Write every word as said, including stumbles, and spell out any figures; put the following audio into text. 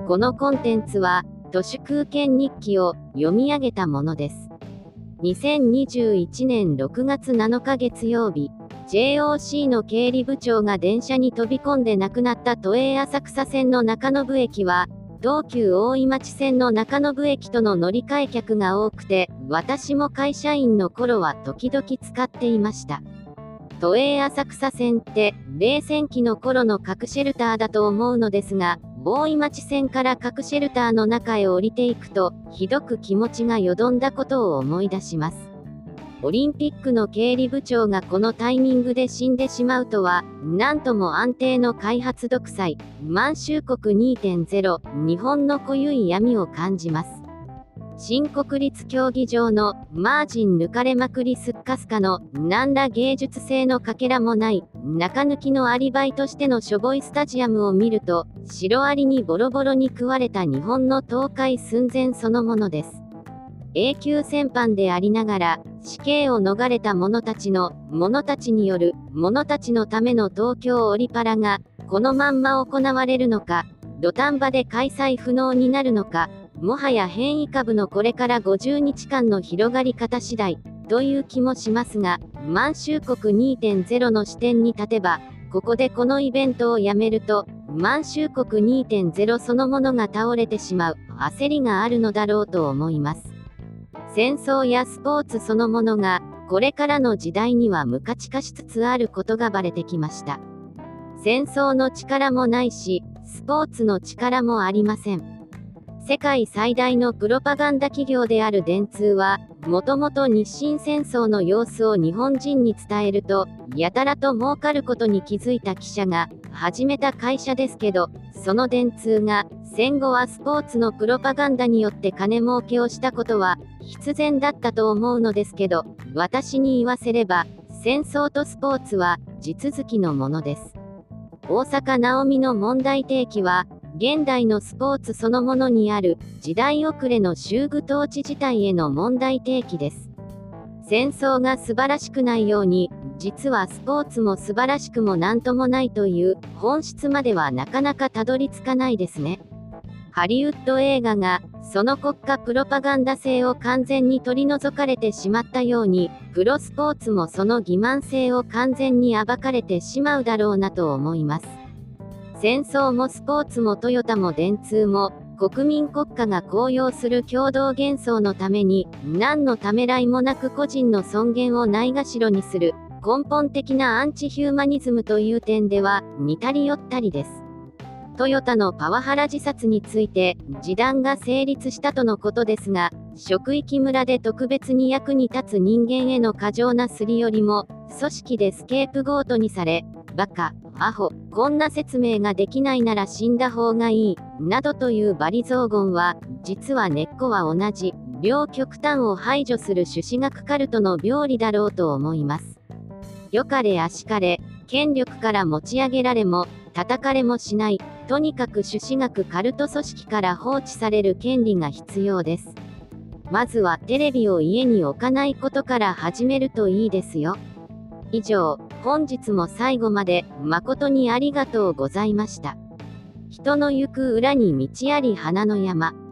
このコンテンツは、都市空間日記を読み上げたものです。にせんにじゅういちねんろくがつなのか月曜日、ジェイオーシー の経理部長が電車に飛び込んで亡くなった都営浅草線の中延駅は、東急大井町線の中延駅との乗り換え客が多くて、私も会社員の頃は時々使っていました。都営浅草線って、冷戦期の頃の核シェルターだと思うのですが、大井町線から核シェルターの中へ降りていくと、ひどく気持ちがよどんだことを思い出します。オリンピックの経理部長がこのタイミングで死んでしまうとは、なんとも安定の開発独裁、満州国 にてんゼロ、日本の濃ゆい闇を感じます。新国立競技場のマージン抜かれまくりすっかすかの何ら芸術性のかけらもない中抜きのアリバイとしてのしょぼいスタジアムを見ると、シロアリにボロボロに食われた日本の倒壊寸前そのものです。永久戦犯でありながら死刑を逃れた者たちの者たちによる者たちのための東京オリパラがこのまんま行われるのか、土壇場で開催不能になるのか、もはや変異株のこれからごじゅうにちかんの広がり方次第という気もしますが、満州国 にてんゼロ の視点に立てば、ここでこのイベントをやめると、満州国 にてんゼロ そのものが倒れてしまう焦りがあるのだろうと思います。戦争やスポーツそのものが、これからの時代には無価値化しつつあることがバレてきました。戦争の力もないし、スポーツの力もありません。世界最大のプロパガンダ企業である電通は、もともと日清戦争の様子を日本人に伝えると、やたらと儲かることに気づいた記者が始めた会社ですけど、その電通が戦後はスポーツのプロパガンダによって金儲けをしたことは必然だったと思うのですけど、私に言わせれば、戦争とスポーツは地続きのものです。大坂なおみの問題提起は、現代のスポーツそのものにある時代遅れの習具統治自体への問題提起です。戦争が素晴らしくないように、実はスポーツも素晴らしくもなんともないという本質まではなかなかたどり着かないですね。ハリウッド映画がその国家プロパガンダ性を完全に取り除かれてしまったように、プロスポーツもその欺瞞性を完全に暴かれてしまうだろうなと思います。戦争もスポーツもトヨタも電通も国民国家が高揚する共同幻想のために何のためらいもなく個人の尊厳をないがしろにする根本的なアンチヒューマニズムという点では似たり寄ったりです。トヨタのパワハラ自殺について示談が成立したとのことですが、職域村で特別に役に立つ人間への過剰なすり寄りも組織でスケープゴートにされ、バカ、アホ、こんな説明ができないなら死んだ方がいい、などという罵詈雑言は、実は根っこは同じ、両極端を排除する朱子学カルトの病理だろうと思います。よかれあしかれ、権力から持ち上げられも、叩かれもしない、とにかく朱子学カルト組織から放置される権利が必要です。まずはテレビを家に置かないことから始めるといいですよ。以上、本日も最後まで誠にありがとうございました。人の行く裏に道あり花の山。